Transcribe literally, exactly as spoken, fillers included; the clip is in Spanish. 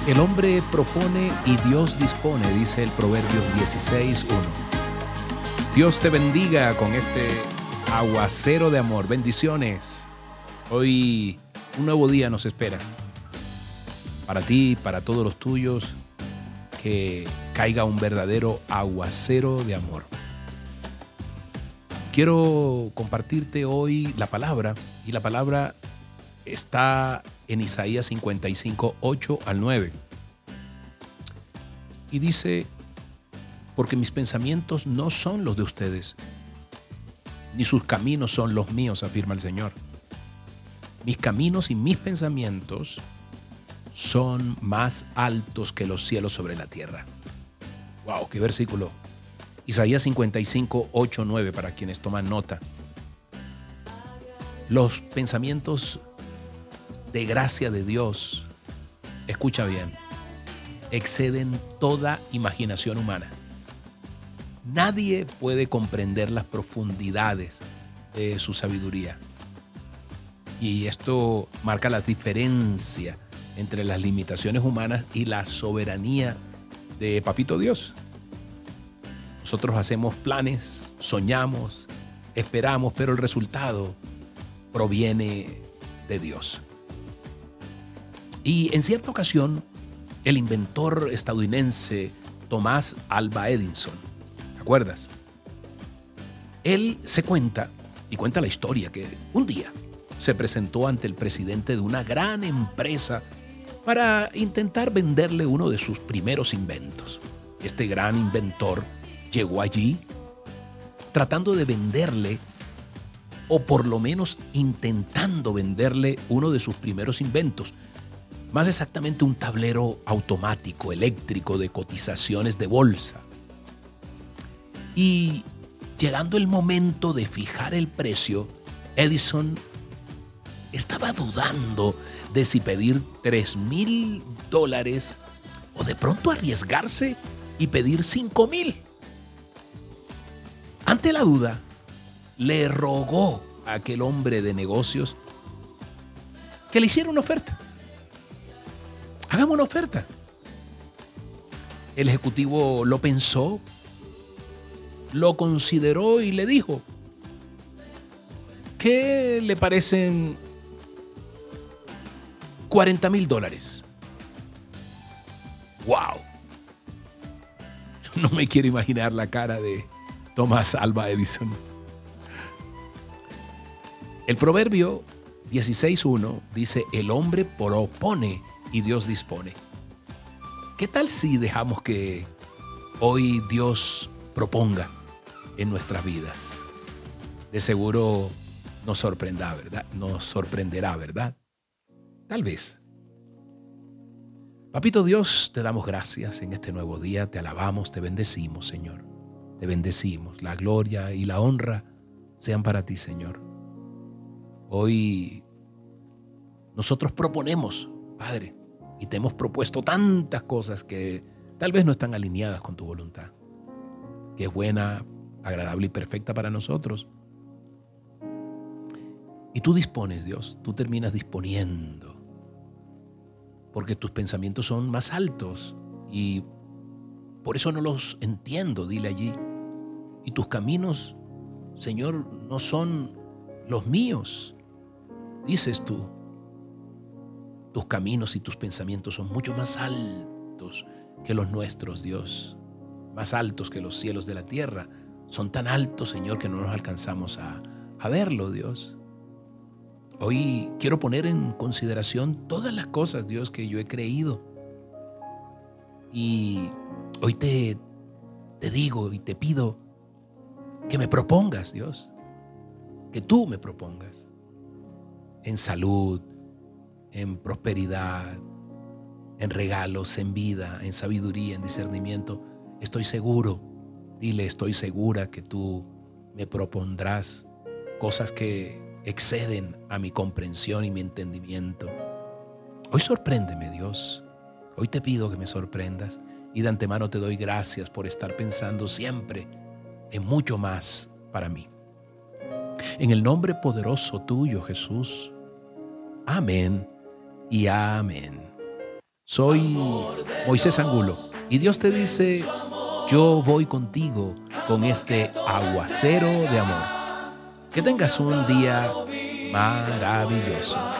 El hombre propone y Dios dispone, dice el Proverbios dieciséis uno. Dios te bendiga con este aguacero de amor. Bendiciones. Hoy un nuevo día nos espera. Para ti, para todos los tuyos, que caiga un verdadero aguacero de amor. Quiero compartirte hoy la palabra, y la palabra está en Isaías cincuenta y cinco, ocho al nueve. Y dice: porque mis pensamientos no son los de ustedes, ni sus caminos son los míos, afirma el Señor. Mis caminos y mis pensamientos son más altos que los cielos sobre la tierra. ¡Wow! ¡Qué versículo! Isaías cincuenta y cinco, ocho, nueve, para quienes toman nota. Los pensamientos de gracia de Dios, escucha bien, exceden toda imaginación humana. Nadie puede comprender las profundidades de su sabiduría. Y esto marca la diferencia entre las limitaciones humanas y la soberanía de Papito Dios. Nosotros hacemos planes, soñamos, esperamos, pero el resultado proviene de Dios. Y en cierta ocasión, el inventor estadounidense Thomas Alva Edison, ¿te acuerdas? Él se cuenta, y cuenta la historia, que un día se presentó ante el presidente de una gran empresa para intentar venderle uno de sus primeros inventos. Este gran inventor llegó allí tratando de venderle, o por lo menos intentando venderle, uno de sus primeros inventos. Más exactamente, un tablero automático eléctrico de cotizaciones de bolsa. Y llegando el momento de fijar el precio, Edison estaba dudando de si pedir tres mil dólares o de pronto arriesgarse y pedir cinco mil. Ante la duda, le rogó a aquel hombre de negocios que le hiciera una oferta. Hagamos una oferta. El ejecutivo lo pensó, lo consideró y le dijo: ¿qué le parecen cuarenta mil dólares? ¡Wow! No me quiero imaginar la cara de Thomas Alva Edison. El Proverbio dieciséis uno dice: el hombre propone y Dios dispone. ¿Qué tal si dejamos que hoy Dios proponga en nuestras vidas? De seguro nos sorprenderá, ¿verdad? Nos sorprenderá, ¿verdad? Tal vez. Papito Dios, te damos gracias en este nuevo día, te alabamos, te bendecimos, Señor. Te bendecimos. La gloria y la honra sean para ti, Señor. Hoy nosotros proponemos, Padre, y te hemos propuesto tantas cosas que tal vez no están alineadas con tu voluntad, que es buena, agradable y perfecta para nosotros. Y tú dispones, Dios, tú terminas disponiendo, porque tus pensamientos son más altos y por eso no los entiendo, dile allí. Y tus caminos, Señor, no son los míos, dices tú. Tus caminos y tus pensamientos son mucho más altos que los nuestros, Dios. Más altos que los cielos de la tierra. Son tan altos, Señor, que no nos alcanzamos a, a verlo, Dios. Hoy quiero poner en consideración todas las cosas, Dios, que yo he creído. Y hoy te, te digo y te pido que me propongas, Dios. Que tú me propongas. En salud, en prosperidad, en regalos, en vida, en sabiduría, en discernimiento. Estoy seguro, dile, estoy segura que tú me propondrás cosas que exceden a mi comprensión y mi entendimiento. Hoy sorpréndeme, Dios. Hoy te pido que me sorprendas y de antemano te doy gracias por estar pensando siempre en mucho más para mí. En el nombre poderoso tuyo, Jesús. Amén y amén. Soy Moisés Angulo y Dios te dice, yo voy contigo con este aguacero de amor. Que tengas un día maravilloso.